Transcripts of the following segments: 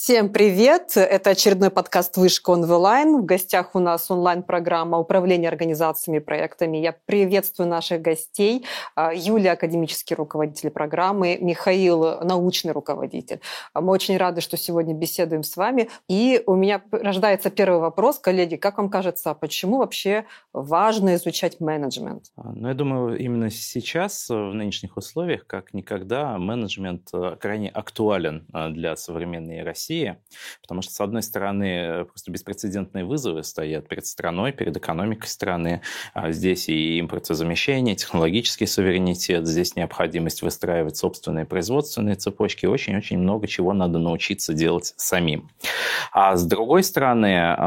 Всем привет! Это очередной подкаст «Вышка онлайн». В гостях у нас онлайн-программа управления организациями и проектами. Я приветствую наших гостей. Юлия – академический руководитель программы, Михаил – научный руководитель. Мы очень рады, что сегодня беседуем с вами. И у меня рождается первый вопрос. Коллеги, как вам кажется, почему вообще важно изучать менеджмент? Я думаю, именно сейчас, в нынешних условиях, как никогда, менеджмент крайне актуален для современной России. Потому что, с одной стороны, просто беспрецедентные вызовы стоят перед страной, перед экономикой страны. Здесь и импортозамещение, технологический суверенитет, здесь необходимость выстраивать собственные производственные цепочки. Очень-очень много чего надо научиться делать самим. А с другой стороны,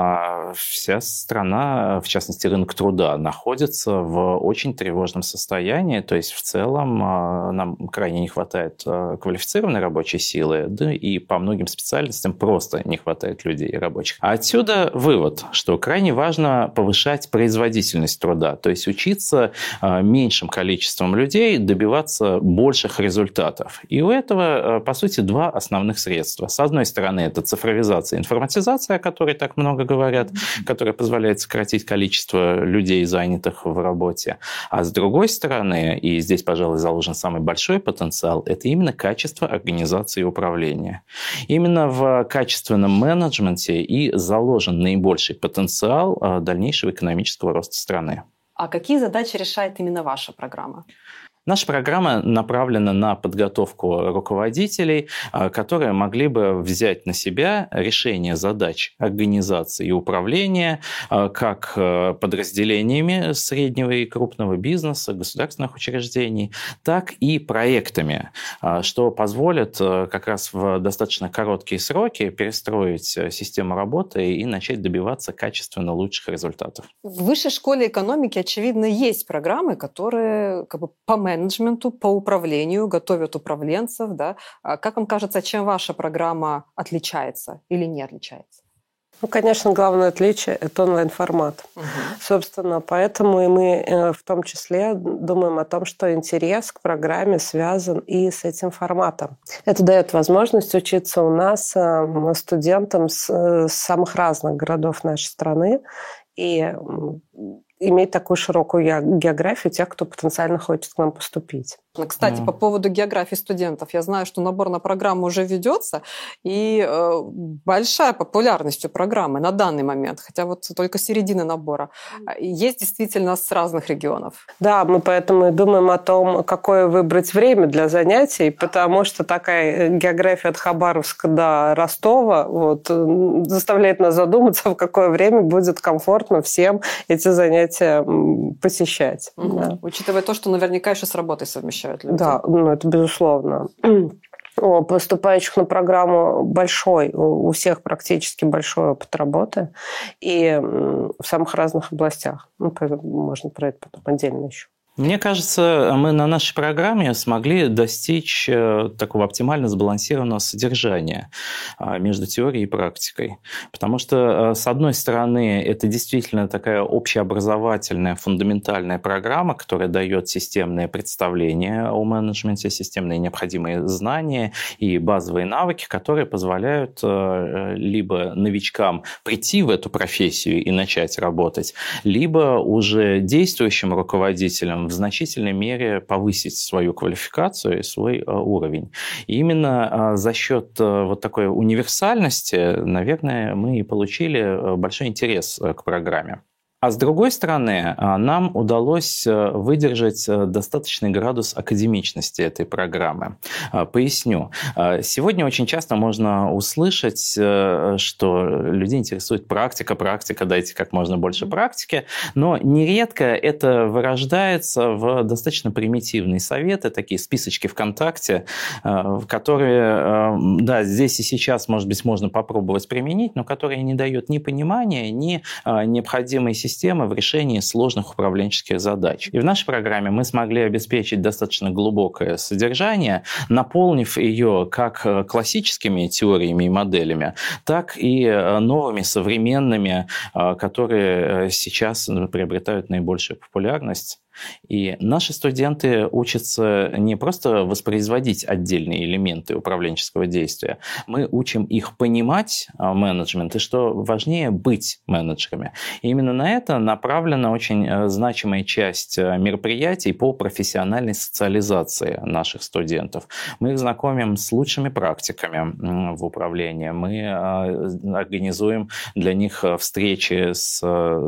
вся страна, в частности рынок труда, находится в очень тревожном состоянии. То есть, в целом, нам крайне не хватает квалифицированной рабочей силы, да и по многим специальностям просто не хватает людей рабочих. А отсюда вывод, что крайне важно повышать производительность труда, то есть учиться меньшим количеством людей добиваться больших результатов. И у этого, по сути, два основных средства. С одной стороны, это цифровизация, информатизация, о которой так много говорят, которая позволяет сократить количество людей, занятых в работе. А с другой стороны, и здесь, пожалуй, заложен самый большой потенциал, это именно качество организации и управления. Именно в качественном менеджменте и заложен наибольший потенциал дальнейшего экономического роста страны. А какие задачи решает именно ваша программа? Наша программа направлена на подготовку руководителей, которые могли бы взять на себя решение задач организации и управления как подразделениями среднего и крупного бизнеса, государственных учреждений, так и проектами, что позволит как раз в достаточно короткие сроки перестроить систему работы и начать добиваться качественно лучших результатов. В Высшей школе экономики, очевидно, есть программы, которые по менеджменту, по управлению готовят управленцев. Да? Как вам кажется, чем ваша программа отличается или не отличается? Конечно, главное отличие – это онлайн-формат. Собственно, поэтому и мы в том числе думаем о том, что интерес к программе связан и с этим форматом. Это дает возможность учиться у нас студентам с самых разных городов нашей страны и иметь такую широкую географию тех, кто потенциально хочет к нам поступить. Кстати, по поводу географии студентов. Я знаю, что набор на программу уже ведется, и большая популярность у программы на данный момент, хотя вот только середина набора. Есть действительно с разных регионов. Да, мы поэтому и думаем о том, какое выбрать время для занятий, потому что такая география от Хабаровска до Ростова заставляет нас задуматься, в какое время будет комфортно всем эти занятия посещать. Да. Учитывая то, что наверняка еще с работой совмещают люди. Да, это безусловно. У поступающих на программу у всех практически большой опыт работы и в самых разных областях. Можно про это потом отдельно еще. Мне кажется, мы на нашей программе смогли достичь такого оптимально сбалансированного содержания между теорией и практикой. Потому что, с одной стороны, это действительно такая общеобразовательная, фундаментальная программа, которая дает системное представление о менеджменте, системные необходимые знания и базовые навыки, которые позволяют либо новичкам прийти в эту профессию и начать работать, либо уже действующим руководителям в значительной мере повысить свою квалификацию и свой уровень. И именно за счет вот такой универсальности, наверное, мы и получили большой интерес к программе. А с другой стороны, нам удалось выдержать достаточный градус академичности этой программы. Поясню. Сегодня очень часто можно услышать, что людей интересует практика, дайте как можно больше практики, но нередко это вырождается в достаточно примитивные советы, такие списочки ВКонтакте, которые, да, здесь и сейчас, может быть, можно попробовать применить, но которые не дают ни понимания, ни необходимой системы в решении сложных управленческих задач. И в нашей программе мы смогли обеспечить достаточно глубокое содержание, наполнив ее как классическими теориями и моделями, так и новыми, современными, которые сейчас приобретают наибольшую популярность. И наши студенты учатся не просто воспроизводить отдельные элементы управленческого действия, мы учим их понимать менеджмент и, что важнее, быть менеджерами. И именно на это направлена очень значимая часть мероприятий по профессиональной социализации наших студентов. Мы их знакомим с лучшими практиками в управлении, мы организуем для них встречи с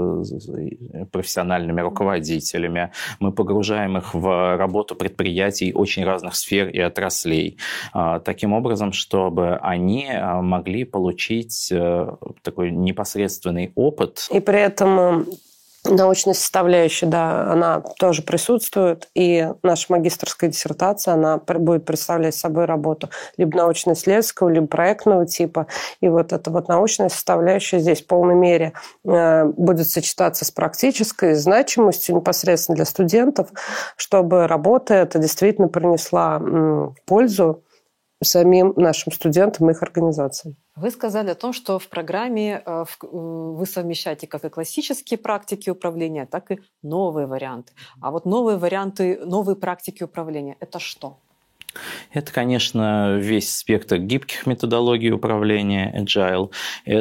профессиональными руководителями, мы погружаем их в работу предприятий очень разных сфер и отраслей, таким образом, чтобы они могли получить такой непосредственный опыт. И при этом научная составляющая, да, она тоже присутствует, и наша магистерская диссертация, она будет представлять собой работу либо научно-исследовательского, либо проектного типа. И вот эта вот научная составляющая здесь в полной мере будет сочетаться с практической значимостью непосредственно для студентов, чтобы работа эта действительно принесла пользу самим нашим студентам и их организациям. Вы сказали о том, что в программе вы совмещаете как и классические практики управления, так и новые варианты. А вот новые варианты, новые практики управления – это что? Это, конечно, весь спектр гибких методологий управления, agile.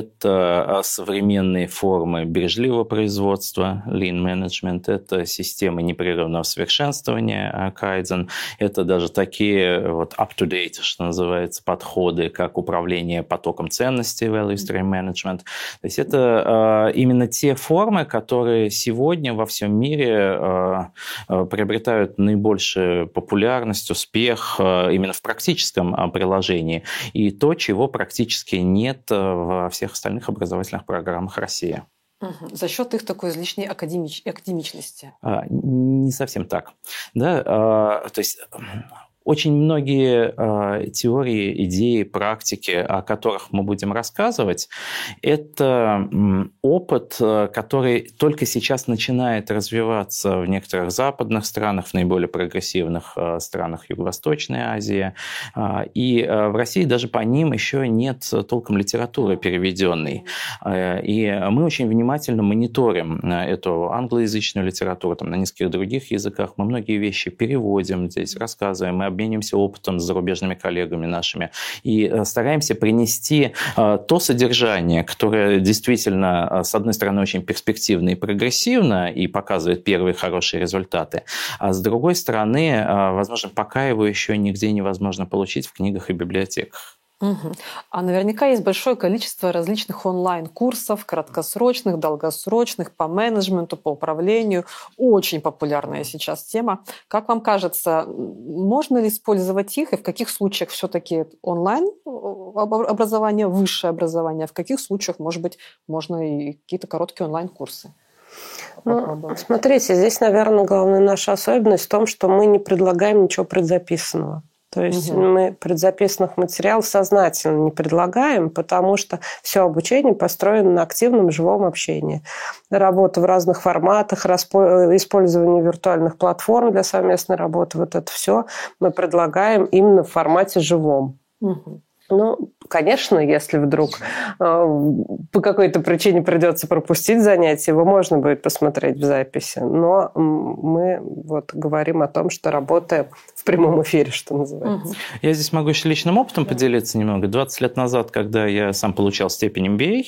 Это современные формы бережливого производства, lean management. Это системы непрерывного совершенствования, kaizen. Это даже такие вот up-to-date, что называется, подходы, как управление потоком ценностей, value stream management. То есть это именно те формы, которые сегодня во всем мире приобретают наибольшую популярность, успех, именно в практическом приложении, и то, чего практически нет во всех остальных образовательных программах России. За счет их такой излишней академичности? Не совсем так. Да? То есть очень многие теории, идеи, практики, о которых мы будем рассказывать, это опыт, который только сейчас начинает развиваться в некоторых западных странах, в наиболее прогрессивных странах Юго-Восточной Азии. И в России даже по ним еще нет толком литературы переведенной. И мы очень внимательно мониторим эту англоязычную литературу, там, на нескольких других языках. Мы многие вещи переводим здесь, рассказываем, мы обмениваемся опытом с зарубежными коллегами нашими и стараемся принести то содержание, которое действительно, с одной стороны, очень перспективно и прогрессивно и показывает первые хорошие результаты, а с другой стороны, возможно, пока его еще нигде невозможно получить в книгах и библиотеках. Угу. А наверняка есть большое количество различных онлайн-курсов, краткосрочных, долгосрочных, по менеджменту, по управлению. Очень популярная сейчас тема. Как вам кажется, можно ли использовать их, и в каких случаях все-таки онлайн-образование, высшее образование, а в каких случаях, может быть, можно и какие-то короткие онлайн-курсы? Смотрите, здесь, наверное, главная наша особенность в том, что мы не предлагаем ничего предзаписанного. То есть мы предзаписанных материалов сознательно не предлагаем, потому что все обучение построено на активном живом общении. Работа в разных форматах, использование виртуальных платформ для совместной работы, вот это все мы предлагаем именно в формате живом. Ну, конечно, если вдруг по какой-то причине придется пропустить занятие, его можно будет посмотреть в записи, но мы вот говорим о том, что работаем в прямом эфире, что называется. Я здесь могу еще личным опытом поделиться немного. 20 лет назад, когда я сам получал степень MBA,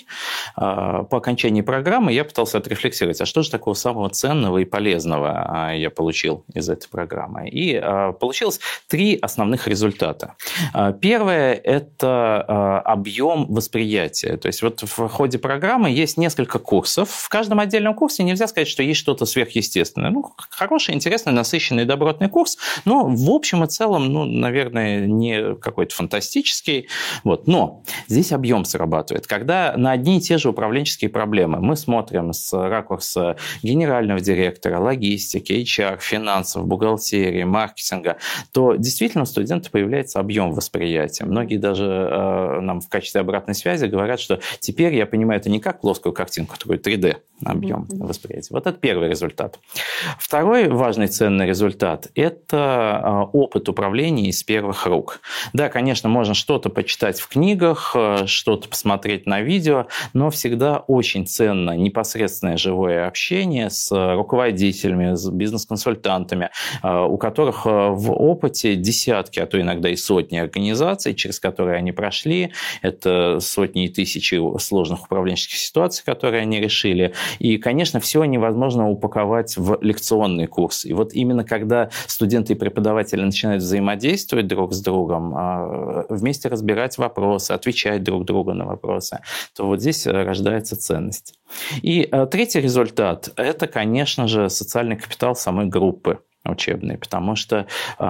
по окончании программы я пытался отрефлексировать, а что же такого самого ценного и полезного я получил из этой программы. И получилось 3 основных результата. Первое – это объем восприятия. То есть вот в ходе программы есть несколько курсов. В каждом отдельном курсе нельзя сказать, что есть что-то сверхъестественное. Ну, хороший, интересный, насыщенный, добротный курс, но в общем и целом, ну, наверное, не какой-то фантастический. Вот. Но здесь объем срабатывает. Когда на одни и те же управленческие проблемы мы смотрим с ракурса генерального директора, логистики, HR, финансов, бухгалтерии, маркетинга, то действительно у студента появляется объем восприятия. Многие даже даже нам в качестве обратной связи говорят, что теперь я понимаю это не как плоскую картинку, такой 3D объем восприятия. Вот это первый результат. Второй важный ценный результат – это опыт управления из первых рук. Да, конечно, можно что-то почитать в книгах, что-то посмотреть на видео, но всегда очень ценно непосредственное живое общение с руководителями, с бизнес-консультантами, у которых в опыте десятки, а то иногда и сотни организаций, через которые они прошли. Это сотни и тысячи сложных управленческих ситуаций, которые они решили. И, конечно, все невозможно упаковать в лекционный курс. И вот именно когда студенты и преподаватели начинают взаимодействовать друг с другом, вместе разбирать вопросы, отвечать друг другу на вопросы, то вот здесь рождается ценность. И третий результат – это, конечно же, социальный капитал самой группы учебные, потому что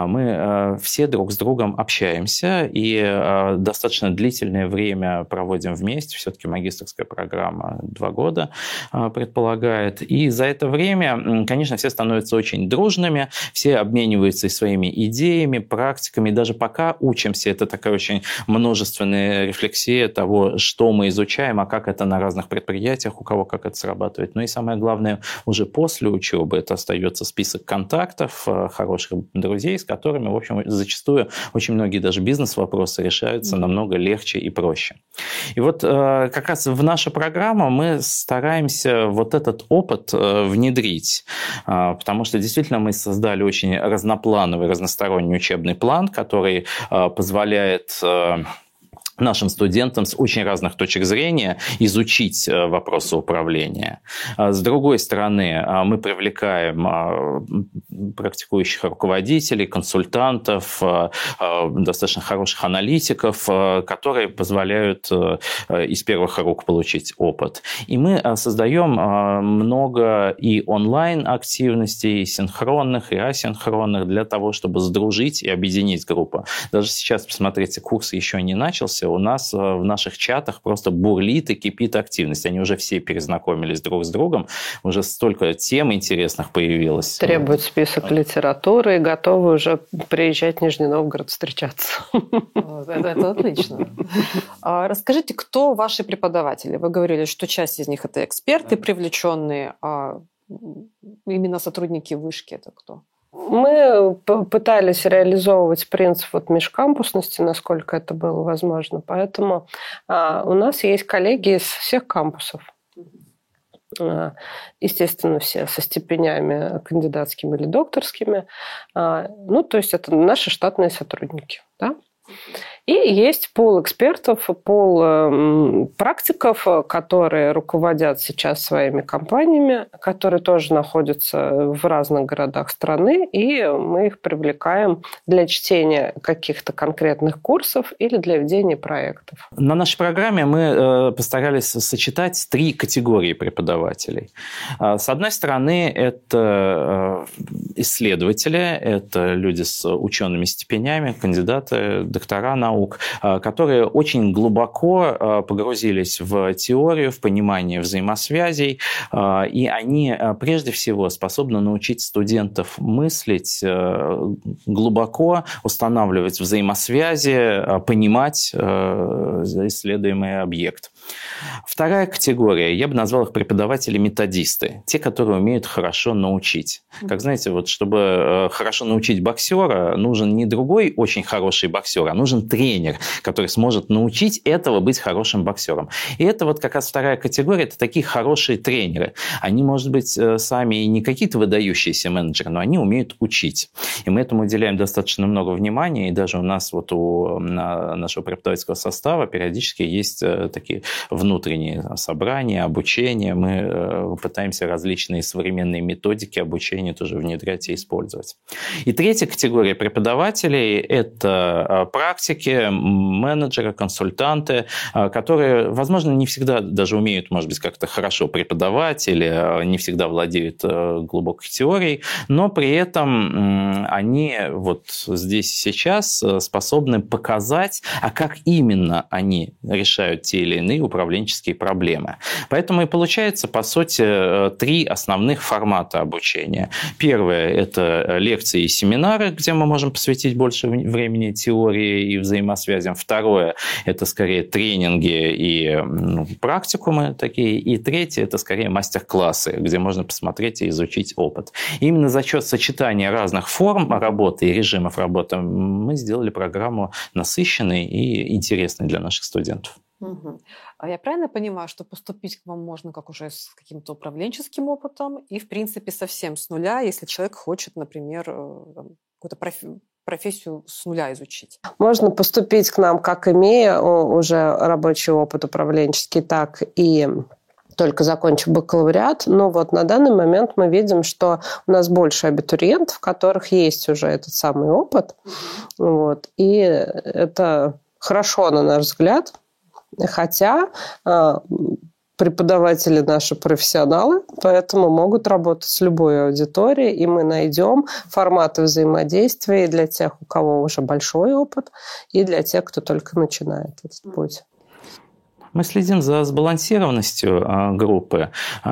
мы все друг с другом общаемся и достаточно длительное время проводим вместе. Все-таки магистерская программа 2 года предполагает. И за это время, конечно, все становятся очень дружными, все обмениваются своими идеями, практиками. Даже пока учимся, это такая очень множественная рефлексия того, что мы изучаем, а как это на разных предприятиях, у кого как это срабатывает. Ну и самое главное, уже после учебы это остается список контактов, хороших друзей, с которыми, в общем, зачастую очень многие даже бизнес-вопросы решаются намного легче и проще. И вот как раз в нашу программу мы стараемся вот этот опыт внедрить, потому что действительно мы создали очень разноплановый, разносторонний учебный план, который позволяет нашим студентам с очень разных точек зрения изучить вопросы управления. С другой стороны, мы привлекаем практикующих руководителей, консультантов, достаточно хороших аналитиков, которые позволяют из первых рук получить опыт. И мы создаем много и онлайн-активностей, и синхронных, и асинхронных, для того, чтобы сдружить и объединить группу. Даже сейчас, посмотрите, курс еще не начался, у нас в наших чатах просто бурлит и кипит активность. Они уже все перезнакомились друг с другом, уже столько тем интересных появилось. Требуют список литературы и готовы уже приезжать в Нижний Новгород встречаться. Это отлично. Расскажите, кто ваши преподаватели? Вы говорили, что часть из них – это эксперты привлеченные, а именно сотрудники вышки – это кто? Мы пытались реализовывать принцип межкампусности, насколько это было возможно. Поэтому у нас есть коллеги из всех кампусов. Естественно, все со степенями кандидатскими или докторскими. То есть это наши штатные сотрудники. Да? И есть пул экспертов, пул практиков, которые руководят сейчас своими компаниями, которые тоже находятся в разных городах страны, и мы их привлекаем для чтения каких-то конкретных курсов или для ведения проектов. На нашей программе мы постарались сочетать 3 категории преподавателей. С одной стороны, это исследователи, это люди с учеными степенями, кандидаты, доктора наук, которые очень глубоко погрузились в теорию, в понимание взаимосвязей, и они прежде всего способны научить студентов мыслить глубоко, устанавливать взаимосвязи, понимать исследуемый объект. Вторая категория, я бы назвал их преподаватели-методисты, те, которые умеют хорошо научить. Как знаете, чтобы хорошо научить боксера, нужен не другой очень хороший боксер, а нужен тренер, который сможет научить этого быть хорошим боксером. И это как раз вторая категория, это такие хорошие тренеры. Они, может быть, сами и не какие-то выдающиеся менеджеры, но они умеют учить. И мы этому уделяем достаточно много внимания, и даже у нас у нашего преподавательского состава периодически есть такие внутренние собрания, обучение. Мы пытаемся различные современные методики обучения тоже внедрять и использовать. И третья категория преподавателей – это практики, менеджеры, консультанты, которые, возможно, не всегда даже умеют, может быть, как-то хорошо преподавать или не всегда владеют глубокой теорией, но при этом они здесь и сейчас способны показать, а как именно они решают те или иные основные управленческие проблемы. Поэтому и получается, по сути, 3 основных формата обучения. Первое – это лекции и семинары, где мы можем посвятить больше времени теории и взаимосвязям. Второе – это скорее тренинги и практикумы такие. И третье – это скорее мастер-классы, где можно посмотреть и изучить опыт. И именно за счет сочетания разных форм работы и режимов работы мы сделали программу насыщенной и интересной для наших студентов. А я правильно понимаю, что поступить к вам можно как уже с каким-то управленческим опытом и, в принципе, совсем с нуля, если человек хочет, например, какую-то профессию с нуля изучить? Можно поступить к нам, как имея уже рабочий опыт управленческий, так и только закончив бакалавриат. Но вот на данный момент мы видим, что у нас больше абитуриентов, у которых есть уже этот самый опыт. Вот. И это хорошо, на наш взгляд. Хотя преподаватели наши профессионалы, поэтому могут работать с любой аудиторией, и мы найдем форматы взаимодействия и для тех, у кого уже большой опыт, и для тех, кто только начинает этот путь. Мы следим за сбалансированностью группы,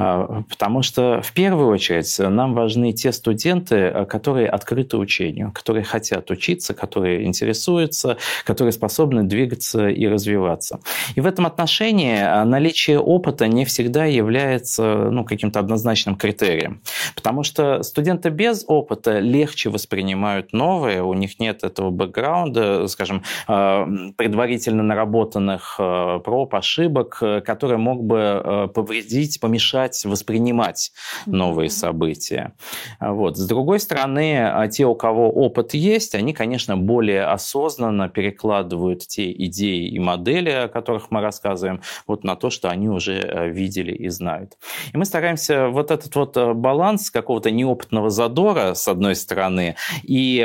потому что в первую очередь нам важны те студенты, которые открыты учению, которые хотят учиться, которые интересуются, которые способны двигаться и развиваться. И в этом отношении наличие опыта не всегда является каким-то однозначным критерием, потому что студенты без опыта легче воспринимают новое, у них нет этого бэкграунда, скажем, предварительно наработанных проб, ошибок, который мог бы повредить, помешать воспринимать новые события. Вот. С другой стороны, те, у кого опыт есть, они, конечно, более осознанно перекладывают те идеи и модели, о которых мы рассказываем, вот на то, что они уже видели и знают. И мы стараемся вот этот вот баланс какого-то неопытного задора, с одной стороны, и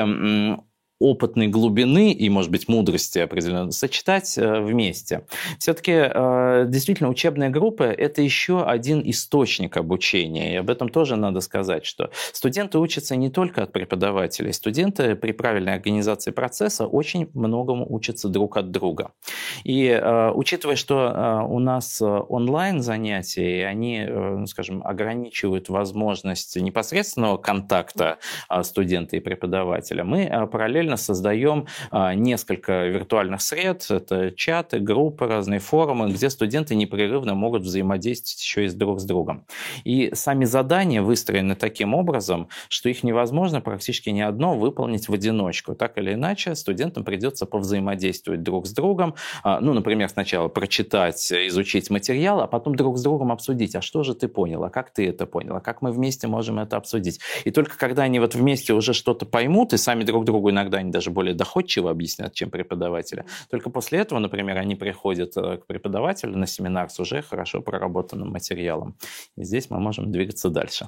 опытной глубины и, может быть, мудрости определенно сочетать вместе. Все-таки действительно учебная группа – это еще один источник обучения. И об этом тоже надо сказать, что студенты учатся не только от преподавателей. Студенты при правильной организации процесса очень многому учатся друг от друга. И учитывая, что у нас онлайн-занятия, и они, скажем, ограничивают возможность непосредственного контакта студента и преподавателя, мы параллельно создаем несколько виртуальных сред, это чаты, группы, разные форумы, где студенты непрерывно могут взаимодействовать еще и друг с другом. И сами задания выстроены таким образом, что их невозможно практически ни одно выполнить в одиночку. Так или иначе, студентам придется повзаимодействовать друг с другом. Например, сначала прочитать, изучить материал, а потом друг с другом обсудить, а что же ты понял, а как ты это понял, а как мы вместе можем это обсудить. И только когда они вот вместе уже что-то поймут, и сами друг другу иногда они даже более доходчиво объяснят, чем преподавателя. Только после этого, например, они приходят к преподавателю на семинар с уже хорошо проработанным материалом. И здесь мы можем двигаться дальше.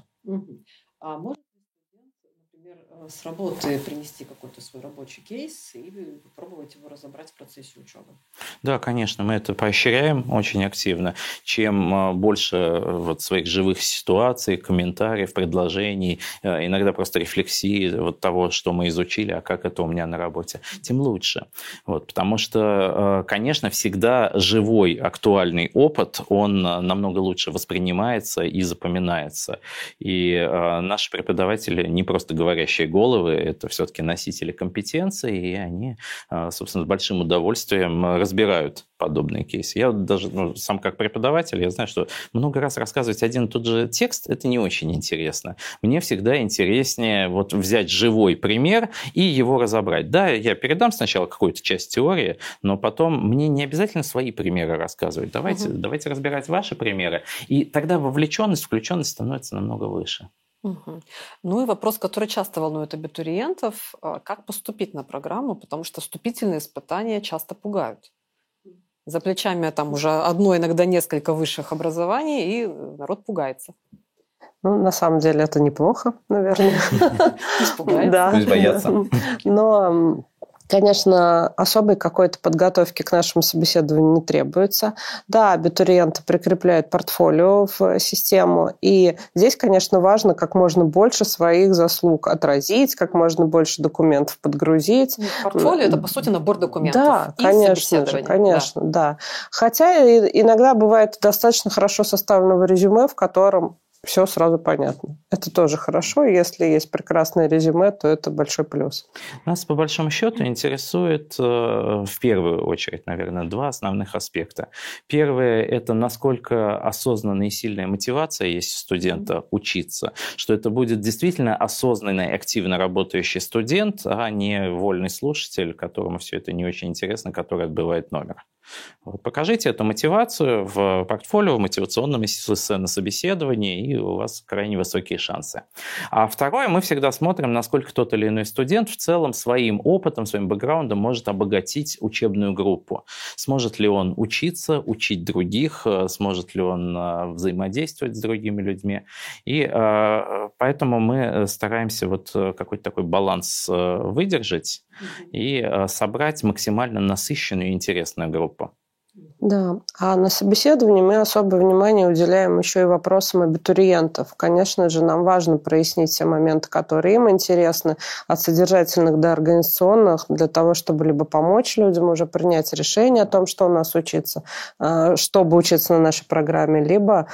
А может ли студент, например, с работы принести какой-то свой рабочий кейс и попробовать его разобрать в процессе учебы? Да, конечно, мы это поощряем очень активно. Чем больше вот своих живых ситуаций, комментариев, предложений, иногда просто рефлексии вот того, что мы изучили, а как это у меня на работе, тем лучше. Вот, потому что, конечно, всегда живой, актуальный опыт, он намного лучше воспринимается и запоминается. И наши преподаватели не просто говорящие головы, это все-таки носители компетенции, и они, собственно, с большим удовольствием разбирают подобные кейсы. Я даже сам как преподаватель, я знаю, что много раз рассказывать один и тот же текст – это не очень интересно. Мне всегда интереснее вот взять живой пример и его разобрать. Да, я передам сначала какую-то часть теории, но потом мне не обязательно свои примеры рассказывать. Давайте разбирать ваши примеры. И тогда вовлеченность, включенность становится намного выше. Ну и вопрос, который часто волнует абитуриентов, как поступить на программу, потому что вступительные испытания часто пугают. За плечами там уже одно, иногда несколько высших образований, и народ пугается. На самом деле это неплохо, наверное. Пусть пугается. Пусть боятся. Но Конечно, особой какой-то подготовки к нашему собеседованию не требуется. Да, абитуриенты прикрепляют портфолио в систему, и здесь, конечно, важно как можно больше своих заслуг отразить, как можно больше документов подгрузить. Портфолио – это, по сути, набор документов. Да, конечно, да. Хотя иногда бывает достаточно хорошо составленного резюме, в котором все сразу понятно. Это тоже хорошо. Если есть прекрасное резюме, то это большой плюс. Нас, по большому счету, интересует в первую очередь, наверное, два основных аспекта. Первое – это насколько осознанная и сильная мотивация есть у студента учиться, что это будет действительно осознанный, активно работающий студент, а не вольный слушатель, которому все это не очень интересно, который отбивает номер. Вот, покажите эту мотивацию в портфолио, в мотивационном эссе на собеседовании, и у вас крайне высокие шансы. А второе, мы всегда смотрим, насколько тот или иной студент в целом своим опытом, своим бэкграундом может обогатить учебную группу. Сможет ли он учиться, учить других, сможет ли он взаимодействовать с другими людьми. И поэтому мы стараемся вот какой-то такой баланс выдержать и собрать максимально насыщенную и интересную группу. Да, а на собеседовании мы особое внимание уделяем еще и вопросам абитуриентов. Конечно же, нам важно прояснить все моменты, которые им интересны, от содержательных до организационных, для того, чтобы либо помочь людям уже принять решение о том, что у нас учиться, чтобы учиться на нашей программе, либо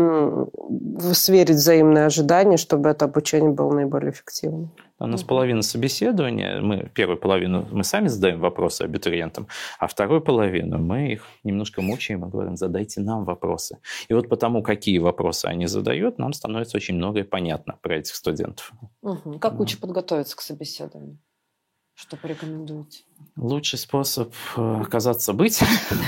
сверить взаимные ожидания, чтобы это обучение было наиболее эффективным. У нас половина собеседования, первую половину мы сами задаем вопросы абитуриентам, а вторую половину мы их немножко мучаем и говорим: задайте нам вопросы. И вот потому, какие вопросы они задают, нам становится очень многое понятно про этих студентов. Как лучше подготовиться к собеседованию? Что порекомендуете? Лучший способ оказаться быть.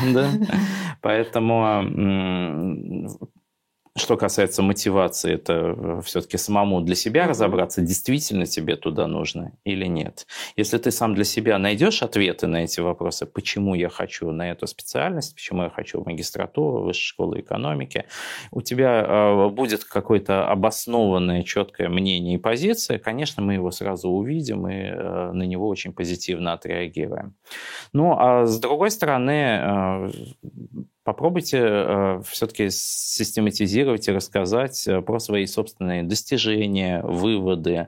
Поэтому... Что касается мотивации, это все-таки самому для себя разобраться, действительно тебе туда нужно или нет. Если ты сам для себя найдешь ответы на эти вопросы, почему я хочу на эту специальность, почему я хочу в магистратуру, высшей школы экономики, у тебя будет какое-то обоснованное, четкое мнение и позиция, конечно, мы его сразу увидим и на него очень позитивно отреагируем. Ну, а с другой стороны... Попробуйте все-таки систематизировать и рассказать про свои собственные достижения, выводы,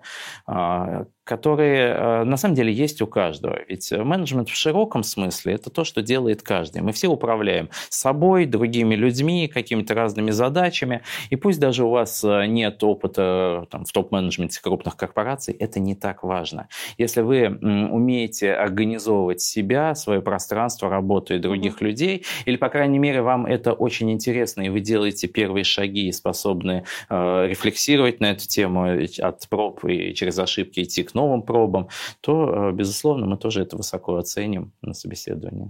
которые на самом деле есть у каждого. Ведь менеджмент в широком смысле – это то, что делает каждый. Мы все управляем собой, другими людьми, какими-то разными задачами. И пусть даже у вас нет опыта в топ-менеджменте крупных корпораций, это не так важно. Если вы умеете организовывать себя, свое пространство, работу и других людей, или, по крайней мере, вам это очень интересно, и вы делаете первые шаги и способны рефлексировать на эту тему от проб и через ошибки идти к новым пробам, то, безусловно, мы тоже это высоко оценим на собеседовании.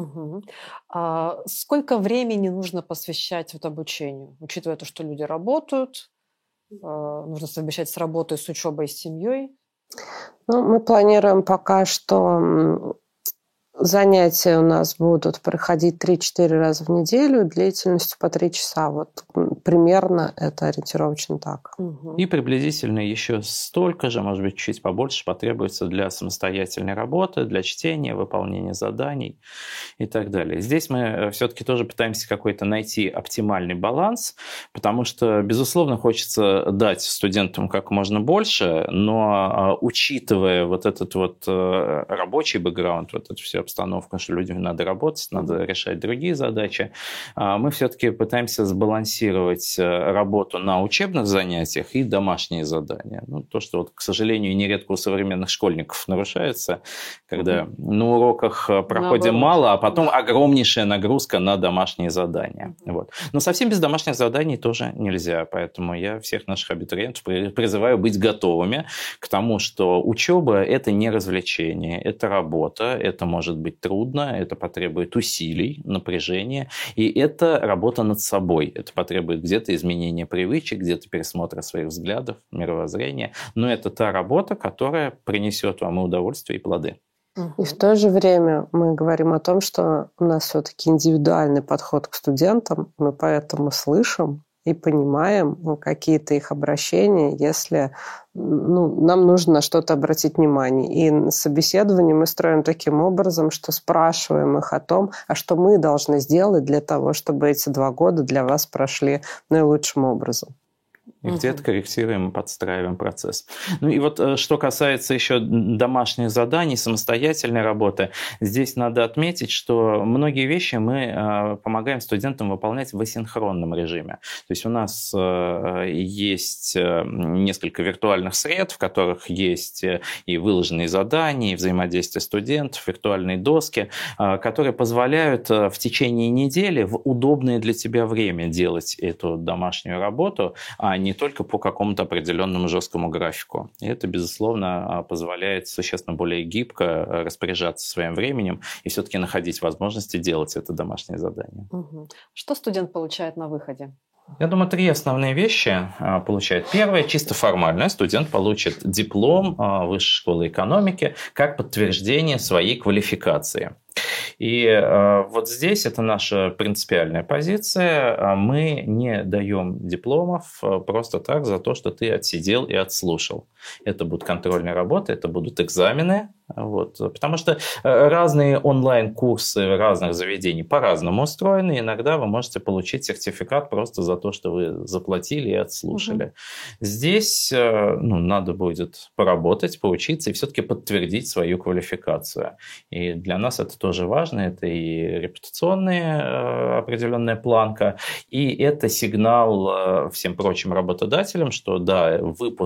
А сколько времени нужно посвящать обучению, учитывая то, что люди работают, нужно совмещать с работой, с учебой, с семьей? Мы планируем пока что... Занятия у нас будут проходить 3-4 раза в неделю длительностью по 3 часа. Вот примерно это ориентировочно так. И приблизительно еще столько же, может быть, чуть побольше потребуется для самостоятельной работы, для чтения, выполнения заданий и так далее. Здесь мы все-таки тоже пытаемся какой-то найти оптимальный баланс, потому что, безусловно, хочется дать студентам как можно больше, но учитывая вот этот вот рабочий бэкграунд, вот эту всю обстановку, что людям надо работать, надо решать другие задачи, мы все-таки пытаемся сбалансировать работу на учебных занятиях и домашние задания. То, что, вот, к сожалению, нередко у современных школьников нарушается, когда на уроках проходим мало, а потом огромнейшая нагрузка на домашние задания. Вот. Но совсем без домашних заданий тоже нельзя, поэтому я всех наших абитуриентов призываю быть готовыми к тому, что учеба – это не развлечение, это работа, это может быть трудно, это потребует усилий, напряжения, и это работа над собой. Это потребует где-то изменения привычек, где-то пересмотра своих взглядов, мировоззрения, но это та работа, которая принесет вам и удовольствие, и плоды. И в то же время мы говорим о том, что у нас все-таки индивидуальный подход к студентам, мы поэтому слышим и понимаем какие-то их обращения, если нам нужно на что-то обратить внимание. И собеседование мы строим таким образом, что спрашиваем их о том, а что мы должны сделать для того, чтобы эти 2 года для вас прошли наилучшим образом. И где-то корректируем и подстраиваем процесс. И вот что касается еще домашних заданий, самостоятельной работы, здесь надо отметить, что многие вещи мы помогаем студентам выполнять в асинхронном режиме. То есть у нас есть несколько виртуальных сред, в которых есть и выложенные задания, и взаимодействие студентов, виртуальные доски, которые позволяют в течение недели в удобное для тебя время делать эту домашнюю работу, а не только по какому-то определенному жесткому графику. И это, безусловно, позволяет существенно более гибко распоряжаться своим временем и все-таки находить возможности делать это домашнее задание. Что студент получает на выходе? Я думаю, 3 основные вещи получает. Первое, чисто формально. Студент получит диплом Высшей школы экономики как подтверждение своей квалификации. И вот здесь это наша принципиальная позиция. Мы не даем дипломов просто так за то, что ты отсидел и отслушал. Это будут контрольные работы, это будут экзамены. Потому что разные онлайн-курсы разных заведений по-разному устроены. Иногда вы можете получить сертификат просто за то, что вы заплатили и отслушали. Здесь надо будет поработать, поучиться и все-таки подтвердить свою квалификацию. И для нас это тоже важно. Это и репутационная определенная планка, и это сигнал всем прочим работодателям, что да,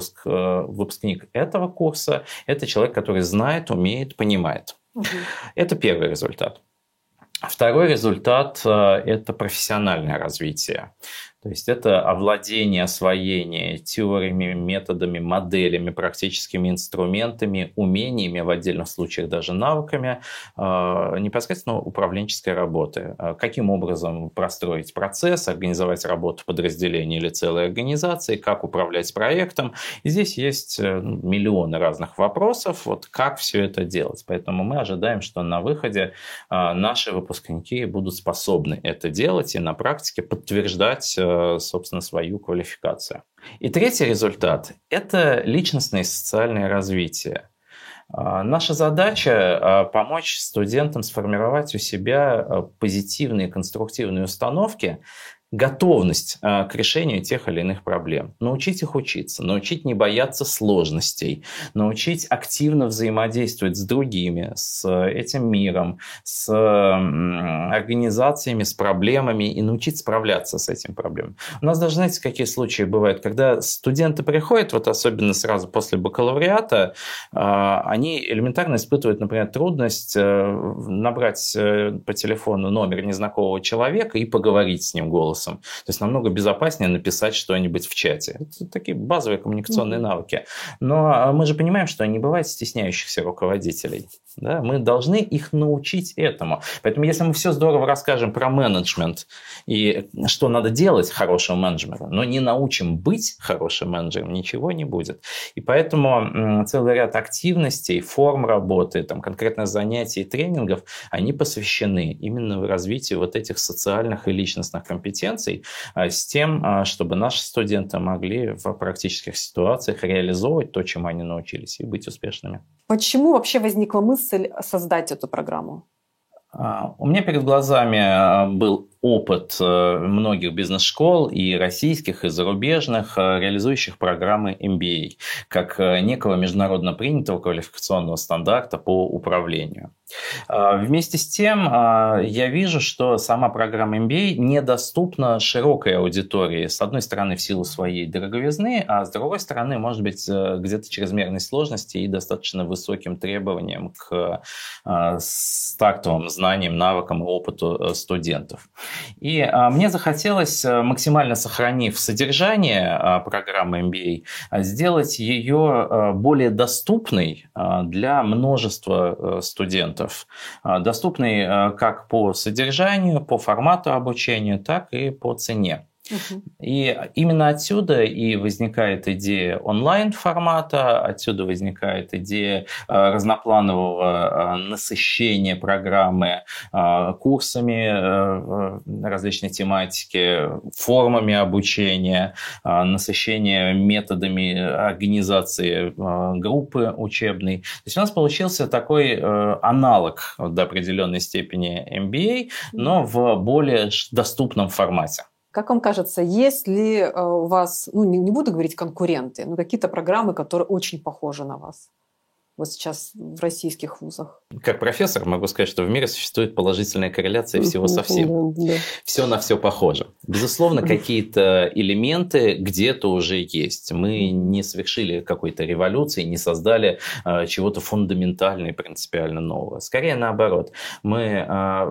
выпускник этого курса – это человек, который знает, умеет, понимает. Это первый результат. Второй результат – это профессиональное развитие. То есть это овладение, освоение теориями, методами, моделями, практическими инструментами, умениями, в отдельных случаях даже навыками непосредственно управленческой работы. Каким образом простроить процесс, организовать работу подразделения или целой организации, как управлять проектом. И здесь есть миллионы разных вопросов, как все это делать. Поэтому мы ожидаем, что на выходе наши выпускники будут способны это делать и на практике подтверждать собственно, свою квалификацию. И третий результат – это личностное и социальное развитие. Наша задача – помочь студентам сформировать у себя позитивные, конструктивные установки, готовность к решению тех или иных проблем. Научить их учиться, научить не бояться сложностей, научить активно взаимодействовать с другими, с этим миром, с организациями, с проблемами и научить справляться с этими проблемами. У нас даже, знаете, какие случаи бывают, когда студенты приходят, особенно сразу после бакалавриата, они элементарно испытывают, например, трудность набрать по телефону номер незнакомого человека и поговорить с ним голосом. То есть намного безопаснее написать что-нибудь в чате. Это такие базовые коммуникационные навыки. Но мы же понимаем, что не бывает стесняющихся руководителей. Да? Мы должны их научить этому. Поэтому если мы все здорово расскажем про менеджмент и что надо делать хорошего менеджера, но не научим быть хорошим менеджером, ничего не будет. И поэтому целый ряд активностей, форм работы, конкретных занятий и тренингов, они посвящены именно развитию этих социальных и личностных компетенций, с тем, чтобы наши студенты могли в практических ситуациях реализовывать то, чему они научились, и быть успешными. Почему вообще возникла мысль создать эту программу? У меня перед глазами был опыт многих бизнес-школ, и российских, и зарубежных, реализующих программы MBA, как некого международно принятого квалификационного стандарта по управлению. Вместе с тем, я вижу, что сама программа MBA недоступна широкой аудитории. С одной стороны, в силу своей дороговизны, а с другой стороны, может быть, где-то чрезмерной сложности и достаточно высоким требованиям к стартовым знаниям, навыкам и опыту студентов. И мне захотелось, максимально сохранив содержание программы MBA, сделать ее более доступной для множества студентов. Доступной как по содержанию, по формату обучения, так и по цене. И именно отсюда и возникает идея онлайн-формата, отсюда возникает идея разнопланового насыщения программы курсами различной тематики, формами обучения, насыщения методами организации группы учебной. То есть у нас получился такой аналог до определенной степени MBA, но в более доступном формате. Как вам кажется, есть ли у вас, не буду говорить конкуренты, но какие-то программы, которые очень похожи на вас? Вот сейчас в российских вузах. Как профессор могу сказать, что в мире существует положительная корреляция всего со всем. Все на все похоже. Безусловно, какие-то элементы где-то уже есть. Мы не совершили какой-то революции, не создали чего-то фундаментально и принципиально нового. Скорее наоборот. Мы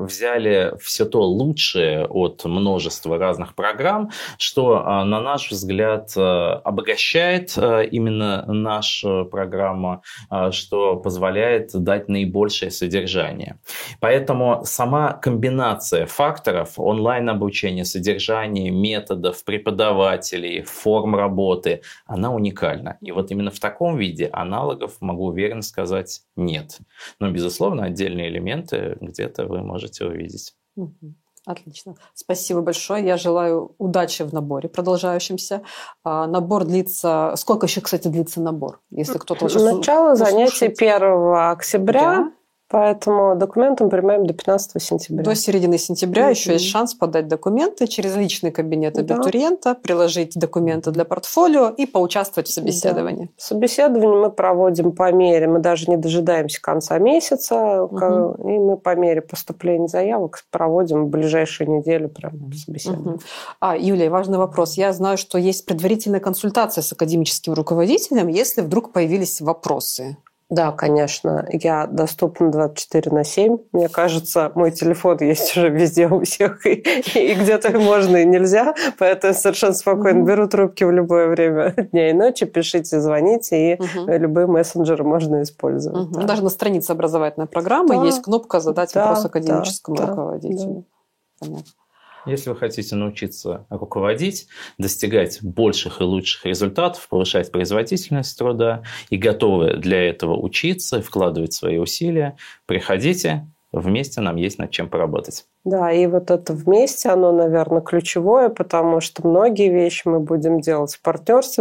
взяли все то лучшее от множества разных программ, что, на наш взгляд, обогащает именно нашу программу, что позволяет дать наибольшее содержание. Поэтому сама комбинация факторов онлайн-обучения, содержания, методов, преподавателей, форм работы, она уникальна. И вот именно в таком виде аналогов, могу уверенно сказать, нет. Но, безусловно, отдельные элементы где-то вы можете увидеть. Отлично. Спасибо большое. Я желаю удачи в наборе продолжающемся. Набор длится... Сколько еще, кстати, длится набор? Если кто-то Начало занятий 1 октября. Поэтому документы мы принимаем до 15 сентября. До середины сентября еще есть шанс подать документы через личный кабинет абитуриента, приложить документы для портфолио и поучаствовать в собеседовании. Собеседование мы проводим по мере, мы даже не дожидаемся конца месяца, и мы по мере поступления заявок проводим в ближайшую неделю прям собеседование. Юлия, важный вопрос. Я знаю, что есть предварительная консультация с академическим руководителем, если вдруг появились вопросы. Да, конечно. Я доступна 24/7. Мне кажется, мой телефон есть уже везде у всех, и где-то можно, и нельзя. Поэтому совершенно спокойно беру трубки в любое время дня и ночи. Пишите, звоните, и любые мессенджеры можно использовать. Да. Даже на странице образовательной программы есть кнопка «Задать вопрос академическому руководителю». Понятно. Если вы хотите научиться руководить, достигать больших и лучших результатов, повышать производительность труда и готовы для этого учиться, вкладывать свои усилия, приходите, вместе нам есть над чем поработать. Да, и вот это вместе, оно, наверное, ключевое, потому что многие вещи мы будем делать в партнерстве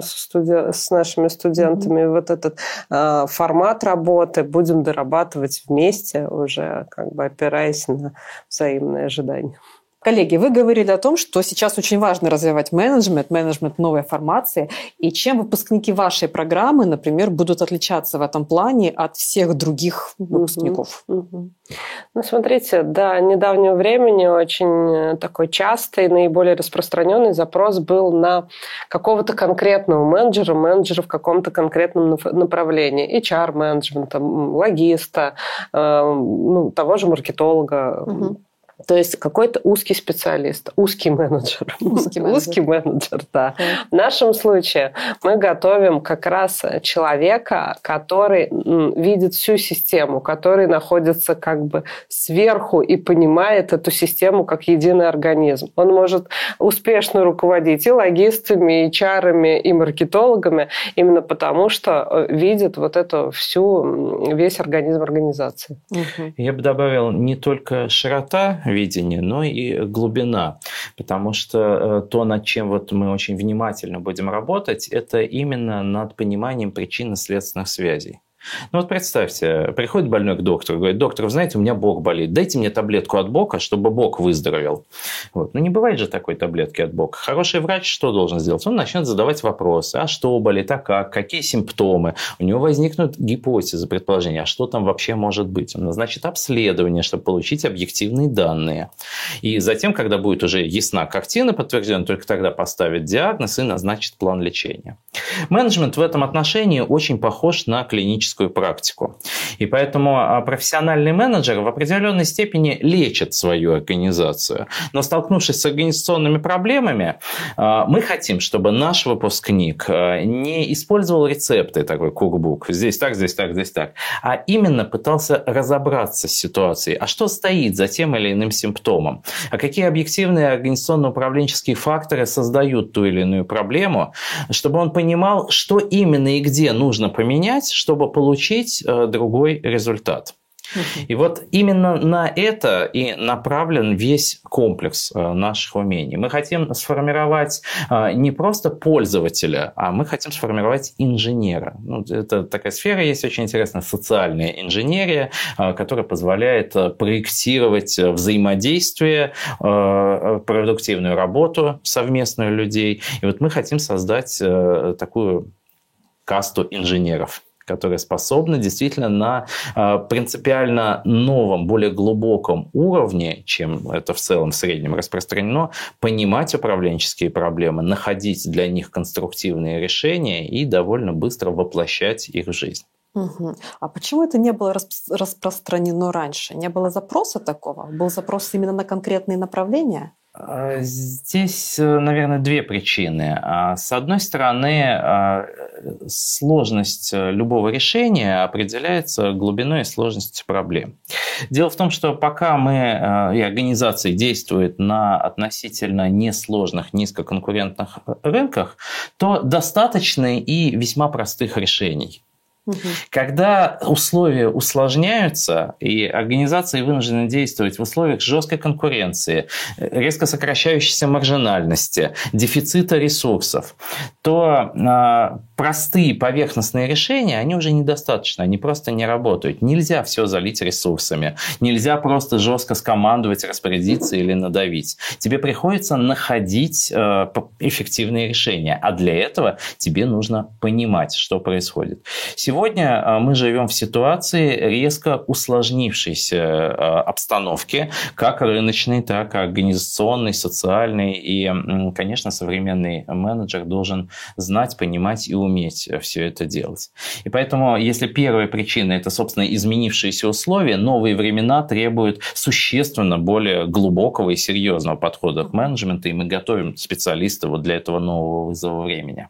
с нашими студентами. Вот этот формат работы будем дорабатывать вместе, уже как бы опираясь на взаимные ожидания. Коллеги, вы говорили о том, что сейчас очень важно развивать менеджмент новой формации. И чем выпускники вашей программы, например, будут отличаться в этом плане от всех других выпускников? Ну, смотрите, до недавнего времени очень такой частый, наиболее распространенный запрос был на какого-то конкретного менеджера в каком-то конкретном направлении. HR-менеджмента, логиста, того же маркетолога. То есть какой-то узкий специалист, узкий менеджер. Узкий менеджер, да. В нашем случае мы готовим как раз человека, который видит всю систему, который находится как бы сверху и понимает эту систему как единый организм. Он может успешно руководить и логистами, и HR-ами, и маркетологами, именно потому что видит вот эту весь организм организации. Я бы добавил не только широта видение, но и глубина. Потому что то, над чем вот мы очень внимательно будем работать, это именно над пониманием причинно-следственных связей. Ну вот представьте, приходит больной к доктору, говорит: доктор, вы знаете, у меня бок болит, дайте мне таблетку от бока, чтобы бок выздоровел. Вот. Но не бывает же такой таблетки от бока. Хороший врач что должен сделать? Он начнет задавать вопросы: а что болит, а как, какие симптомы? У него возникнут гипотезы, предположения, а что там вообще может быть? Он назначит обследование, чтобы получить объективные данные. И затем, когда будет уже ясна картина подтверждена, только тогда поставит диагноз и назначит план лечения. Менеджмент в этом отношении очень похож на клиническую управленческую практику. И поэтому профессиональный менеджер в определенной степени лечит свою организацию. Но столкнувшись с организационными проблемами, мы хотим, чтобы наш выпускник не использовал рецепты, такой кукбук, здесь так, здесь так, здесь так, а именно пытался разобраться с ситуацией. А что стоит за тем или иным симптомом? А какие объективные организационно-управленческие факторы создают ту или иную проблему, чтобы он понимал, что именно и где нужно поменять, чтобы получить другой результат. И вот именно на это и направлен весь комплекс наших умений. Мы хотим сформировать не просто пользователя, а мы хотим сформировать инженера. Это такая сфера есть очень интересная, социальная инженерия, которая позволяет проектировать взаимодействие, продуктивную работу совместную людей. И вот мы хотим создать такую касту инженеров, которые способны действительно на принципиально новом, более глубоком уровне, чем это в целом в среднем распространено, понимать управленческие проблемы, находить для них конструктивные решения и довольно быстро воплощать их в жизнь. Угу. А почему это не было распространено раньше? Не было запроса такого? Был запрос именно на конкретные направления? Здесь, наверное, две причины. С одной стороны, сложность любого решения определяется глубиной и сложностью проблем. Дело в том, что пока мы и организации действуют на относительно несложных, низкоконкурентных рынках, то достаточно и весьма простых решений. Когда условия усложняются, и организации вынуждены действовать в условиях жесткой конкуренции, резко сокращающейся маржинальности, дефицита ресурсов, то простые поверхностные решения, они уже недостаточно, они просто не работают. Нельзя все залить ресурсами, нельзя просто жестко скомандовать, распорядиться или надавить. Тебе приходится находить эффективные решения, а для этого тебе нужно понимать, что происходит. Сегодня мы живем в ситуации резко усложнившейся обстановки, как рыночной, так и организационной, социальной. И, конечно, современный менеджер должен знать, понимать и уметь все это делать. И поэтому, если первая причина – это, собственно, изменившиеся условия, новые времена требуют существенно более глубокого и серьезного подхода к менеджменту, и мы готовим специалистов вот для этого нового вызова времени.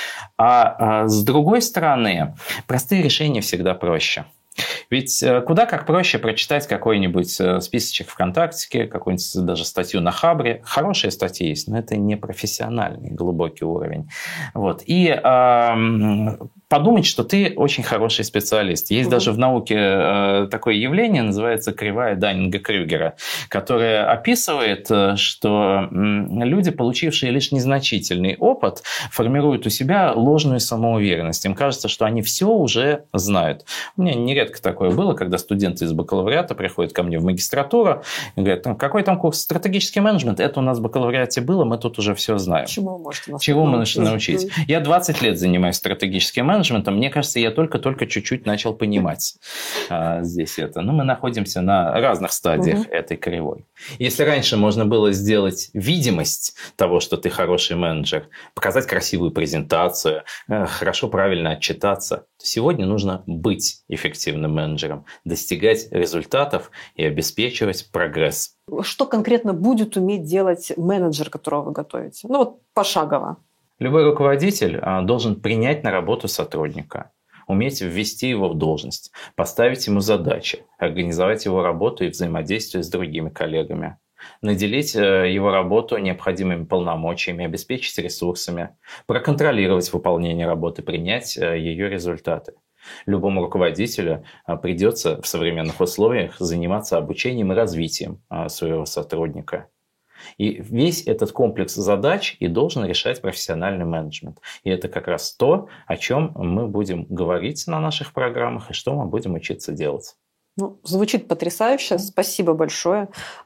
А с другой стороны, простые решения всегда проще. Ведь куда как проще прочитать какой-нибудь списочек ВКонтакте, какую-нибудь даже статью на Хабре. Хорошие статьи есть, но это не профессиональный глубокий уровень. Вот. И подумать, что ты очень хороший специалист. Есть даже в науке такое явление, называется кривая Даннинга-Крюгера, которое описывает, что люди, получившие лишь незначительный опыт, формируют у себя ложную самоуверенность. Им кажется, что они все уже знают. У меня нередко такое было, когда студенты из бакалавриата приходят ко мне в магистратуру и говорят: какой там курс стратегический менеджмент? Это у нас в бакалавриате было, мы тут уже все знаем. Чему вы можете нас научить? Я 20 лет занимаюсь стратегическим менеджментом. Мне кажется, я только чуть-чуть начал понимать здесь это. Но мы находимся на разных стадиях этой кривой. Если раньше можно было сделать видимость того, что ты хороший менеджер, показать красивую презентацию, хорошо, правильно отчитаться, то сегодня нужно быть эффективным менеджером, достигать результатов и обеспечивать прогресс. Что конкретно будет уметь делать менеджер, которого вы готовите? Пошагово. Любой руководитель должен принять на работу сотрудника, уметь ввести его в должность, поставить ему задачи, организовать его работу и взаимодействие с другими коллегами, наделить его работу необходимыми полномочиями, обеспечить ресурсами, проконтролировать выполнение работы, принять ее результаты. Любому руководителю придется в современных условиях заниматься обучением и развитием своего сотрудника. И весь этот комплекс задач и должен решать профессиональный менеджмент. И это как раз то, о чем мы будем говорить на наших программах и что мы будем учиться делать. Звучит потрясающе. Спасибо большое.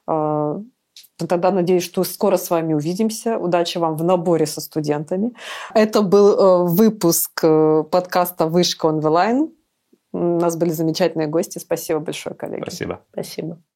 Тогда надеюсь, что скоро с вами увидимся. Удачи вам в наборе со студентами. Это был выпуск подкаста «Вышка онлайн». У нас были замечательные гости. Спасибо большое, коллеги. Спасибо. Спасибо.